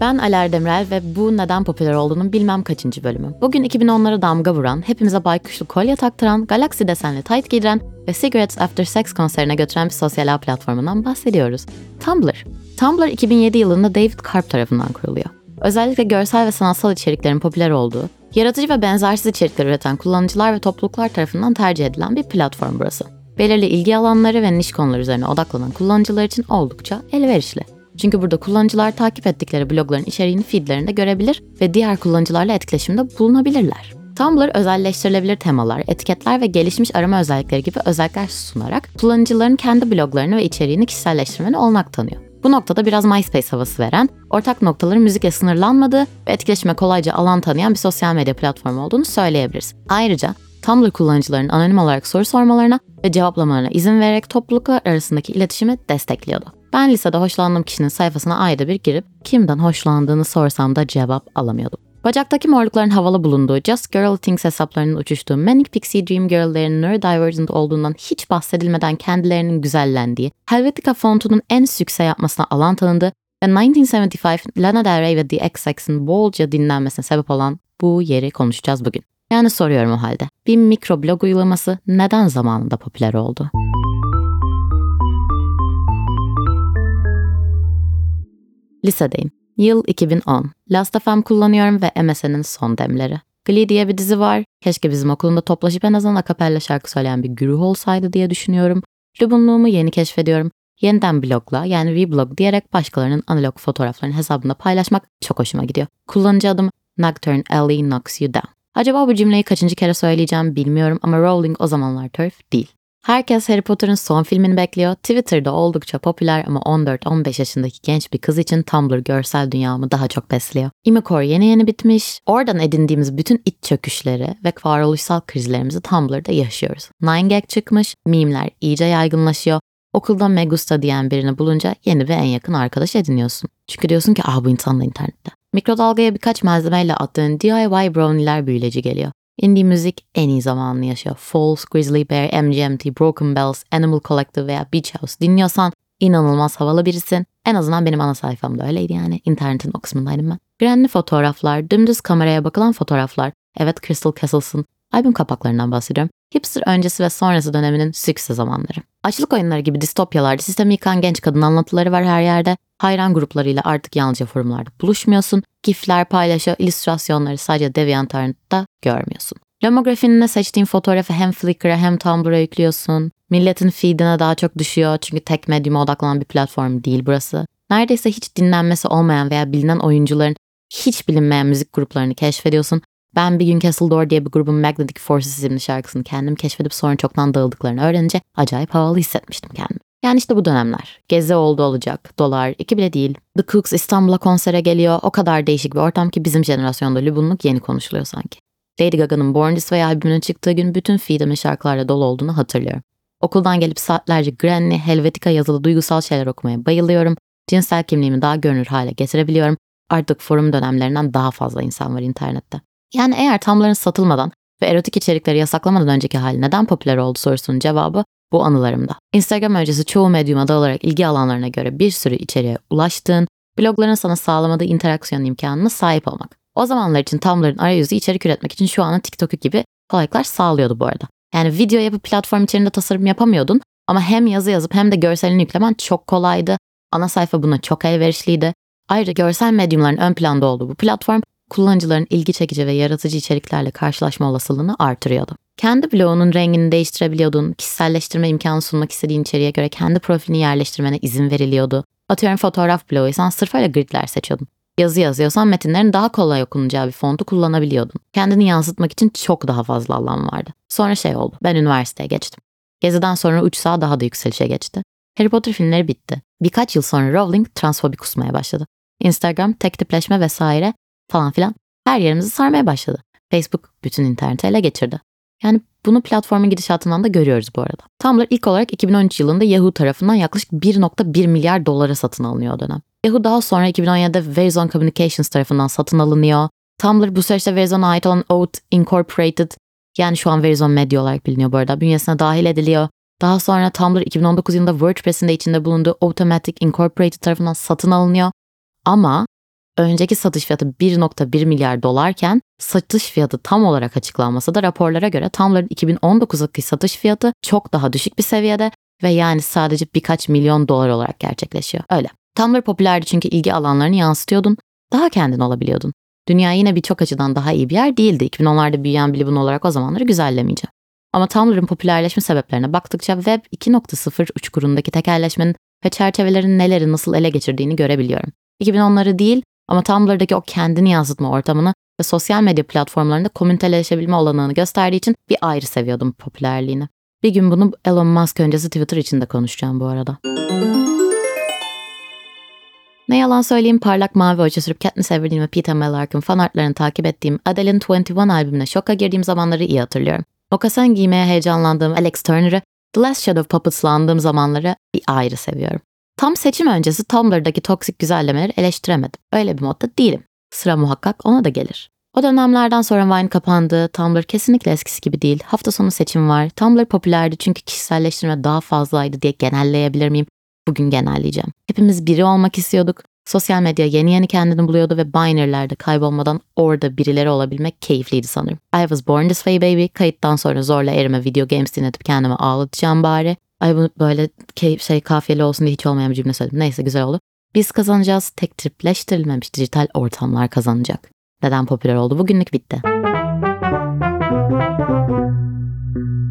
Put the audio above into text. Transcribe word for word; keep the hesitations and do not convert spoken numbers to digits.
Ben Ali Erdemrel ve bu neden popüler olduğunun bilmem kaçıncı bölümü. Bugün iki bin onlara damga vuran, hepimize baykuşlu kolye taktıran, galaksi desenli tayt giydiren ve Cigarettes After Sex konserine götüren bir sosyal ağ platformundan bahsediyoruz. Tumblr. Tumblr iki bin yedi yılında David Karp tarafından kuruluyor. Özellikle görsel ve sanatsal içeriklerin popüler olduğu, yaratıcı ve benzersiz içerikler üreten kullanıcılar ve topluluklar tarafından tercih edilen bir platform burası. Belirli ilgi alanları ve niş konular üzerine odaklanan kullanıcılar için oldukça elverişli. Çünkü burada kullanıcılar takip ettikleri blogların içeriğini feedlerinde görebilir ve diğer kullanıcılarla etkileşimde bulunabilirler. Tumblr özelleştirilebilir temalar, etiketler ve gelişmiş arama özellikleri gibi özellikler sunarak kullanıcıların kendi bloglarını ve içeriğini kişiselleştirmene olanak tanıyor. Bu noktada biraz MySpace havası veren, ortak noktaları müzikle sınırlanmadığı ve etkileşime kolayca alan tanıyan bir sosyal medya platformu olduğunu söyleyebiliriz. Ayrıca Tumblr kullanıcılarının anonim olarak soru sormalarına ve cevaplamalarına izin vererek topluluklar arasındaki iletişimi destekliyordu. Ben lisede hoşlandığım kişinin sayfasına ayda bir girip kimden hoşlandığını sorsam da cevap alamıyordum. Bacaktaki morlukların havalı bulunduğu, Just Girl Things hesaplarının uçuştuğu, Manic Pixie Dream Girl'lerin neurodivergent olduğundan hiç bahsedilmeden kendilerinin güzellendiği, Helvetica fontunun en sükse yapmasına alan tanındı ve bin dokuz yüz yetmiş beş Lana Del Rey ve The X X'in bolca dinlenmesine sebep olan bu yeri konuşacağız bugün. Yani soruyorum o halde, bir mikroblog uygulaması neden zamanında popüler oldu? Lisedeyim. Yıl iki bin on. Last F M kullanıyorum ve M S N'in son demleri. Glee diye bir dizi var. Keşke bizim okulunda toplaşıp en azından akapella şarkı söyleyen bir güruh olsaydı diye düşünüyorum. Lübunluğumu yeni keşfediyorum. Yeniden blogla yani Weblog diyerek başkalarının analog fotoğraflarını hesabında paylaşmak çok hoşuma gidiyor. Kullanıcı adım Nocturne Alley Knocks You Down. Acaba bu cümleyi kaçıncı kere söyleyeceğim bilmiyorum ama Rowling o zamanlar turf değil. Herkes Harry Potter'ın son filmini bekliyor. Twitter'da oldukça popüler ama on dört on beş yaşındaki genç bir kız için Tumblr görsel dünyamı daha çok besliyor. Immacore yeni yeni bitmiş. Oradan edindiğimiz bütün iç çöküşleri ve varoluşsal krizlerimizi Tumblr'da yaşıyoruz. nine gag çıkmış, meme'ler iyice yaygınlaşıyor. Okulda Megusta diyen birini bulunca yeni ve en yakın arkadaş ediniyorsun. Çünkü diyorsun ki ah bu insan da internette. Mikrodalgaya birkaç malzemeyle attığın D I Y brownie'ler büyüleci geliyor. Indie müzik en iyi zamanını yaşıyor. Falls, Grizzly Bear, M G M T, Broken Bells, Animal Collective veya Beach House dinliyorsan inanılmaz havalı birisin. En azından benim ana sayfamda öyleydi yani. İnternetin o kısmındaydım ben. Grenli fotoğraflar, dümdüz kameraya bakılan fotoğraflar. Evet, Crystal Castles'ın albüm kapaklarından bahsediyorum. Hipster öncesi ve sonrası döneminin sükse zamanları. Açlık oyunları gibi distopyalarda sistemi yıkan genç kadın anlatıları var her yerde. Hayran gruplarıyla artık yalnızca forumlarda buluşmuyorsun. Gifler paylaşıyor, illüstrasyonları sadece DeviantArt'ta görmüyorsun. Lomografinine seçtiğin fotoğrafı hem Flickr'a hem Tumblr'a yüklüyorsun. Milletin feedine daha çok düşüyor çünkü tek medyuma odaklanan bir platform değil burası. Neredeyse hiç dinlenmesi olmayan veya bilinen oyuncuların hiç bilinmeyen müzik gruplarını keşfediyorsun. Ben bir gün Castle Door diye bir grubun Magnetic Forces isimli şarkısını kendim keşfedip sonra çoktan dağıldıklarını öğrenince acayip havalı hissetmiştim kendimi. Yani işte bu dönemler. Gezi oldu olacak. Dolar iki bile değil. The Cooks İstanbul'a konsere geliyor. O kadar değişik bir ortam ki bizim jenerasyonda lübunluk yeni konuşuluyor sanki. Lady Gaga'nın Born This Way albümünün çıktığı gün bütün feedimin şarkılarla dolu olduğunu hatırlıyorum. Okuldan gelip saatlerce Granny, Helvetica yazılı duygusal şeyler okumaya bayılıyorum. Cinsel kimliğimi daha görünür hale getirebiliyorum. Artık forum dönemlerinden daha fazla insan var internette. Yani eğer Tumblr'ın satılmadan ve erotik içerikleri yasaklamadan önceki hali neden popüler oldu sorusunun cevabı bu anılarımda. Instagram öncesi çoğu medyuma dalarak ilgi alanlarına göre bir sürü içeriğe ulaştığın, blogların sana sağlamadığı interaksiyon imkanına sahip olmak. O zamanlar için Tumblr'ın arayüzü içerik üretmek için şu anın TikTok'u gibi kolaylıklar sağlıyordu bu arada. Yani video yapıp platform içerisinde tasarım yapamıyordun ama hem yazı yazıp hem de görselini yüklemen çok kolaydı. Ana sayfa buna çok elverişliydi. Ayrıca görsel medyumların ön planda olduğu bu platform, kullanıcıların ilgi çekici ve yaratıcı içeriklerle karşılaşma olasılığını artırıyordu. Kendi bloğunun rengini değiştirebiliyordun, kişiselleştirme imkanı sunmak istediğin içeriğe göre kendi profilini yerleştirmene izin veriliyordu. Atıyorum fotoğraf bloğuysan sırf öyle gridler seçiyordun. Yazı yazıyorsan metinlerin daha kolay okunacağı bir fontu kullanabiliyordun. Kendini yansıtmak için çok daha fazla alan vardı. Sonra şey oldu, ben üniversiteye geçtim. Geziden sonra uç sağ daha da yükselişe geçti. Harry Potter filmleri bitti. Birkaç yıl sonra Rowling transfobi kusmaya başladı. Instagram, tek tipleşme vesaire falan filan her yerimizi sarmaya başladı. Facebook bütün interneti ele geçirdi. Yani bunu platformun gidişatından da görüyoruz bu arada. Tumblr ilk olarak iki bin on üç yılında Yahoo tarafından yaklaşık bir virgül bir milyar dolara satın alınıyor o dönem. Yahoo daha sonra iki bin on yedide Verizon Communications tarafından satın alınıyor. Tumblr bu süreçte Verizon'a ait olan Oath Incorporated, yani şu an Verizon Media olarak biliniyor bu arada, bünyesine dahil ediliyor. Daha sonra Tumblr iki bin on dokuz yılında WordPress'in de içinde bulunduğu Automatic Incorporated tarafından satın alınıyor. Ama önceki satış fiyatı bir virgül bir milyar dolarken satış fiyatı tam olarak açıklanmasa da raporlara göre Tumblr'ın iki bin on dokuzdaki satış fiyatı çok daha düşük bir seviyede ve yani sadece birkaç milyon dolar olarak gerçekleşiyor. Öyle. Tumblr popülerdi çünkü ilgi alanlarını yansıtıyordun, daha kendin olabiliyordun. Dünya yine birçok açıdan daha iyi bir yer değildi. iki bin onlarda büyüyen bir Libun olarak o zamanları güzellemeyeceğim. Ama Tumblr'ın popülerleşme sebeplerine baktıkça Web iki nokta sıfır uçkurundaki tekelleşmenin ve çerçevelerin neleri nasıl ele geçirdiğini görebiliyorum. iki bin onları değil ama Tumblr'daki o kendini yansıtma ortamını ve sosyal medya platformlarında komüniteleşebilme olanağını gösterdiği için bir ayrı seviyordum popülerliğini. Bir gün bunu Elon Musk öncesi Twitter için de konuşacağım bu arada. Ne yalan söyleyeyim, parlak mavi hoca sürüp Katniss Everdeen ve Peeta Mellark'ın fan artlarını takip ettiğim Adele'in yirmi bir albümüne şoka girdiğim zamanları iyi hatırlıyorum. Mokassin giymeye heyecanlandığım Alex Turner'ı, The Last Shadow Puppets'la andığım zamanları bir ayrı seviyorum. Tam seçim öncesi Tumblr'daki toksik güzellemeleri eleştiremedim. Öyle bir modda değilim. Sıra muhakkak ona da gelir. O dönemlerden sonra Vine kapandı, Tumblr kesinlikle eskisi gibi değil. Hafta sonu seçim var. Tumblr popülerdi çünkü kişiselleştirme daha fazlaydı diye genelleyebilir miyim? Bugün genelleyeceğim. Hepimiz biri olmak istiyorduk. Sosyal medya yeni yeni kendini buluyordu ve binary'lerde kaybolmadan orada birileri olabilmek keyifliydi sanırım. I was born this way baby. Kayıttan sonra zorla erime video games dinletip kendimi ağlatacağım bari. Ay bunu böyle keyif, şey kafiyeli olsun diye hiç olmayan bir cümle söyledim. Neyse, güzel oldu. Biz kazanacağız. Tek tripleştirilmemiş dijital ortamlar kazanacak. Neden popüler oldu? Bugünlük bitti.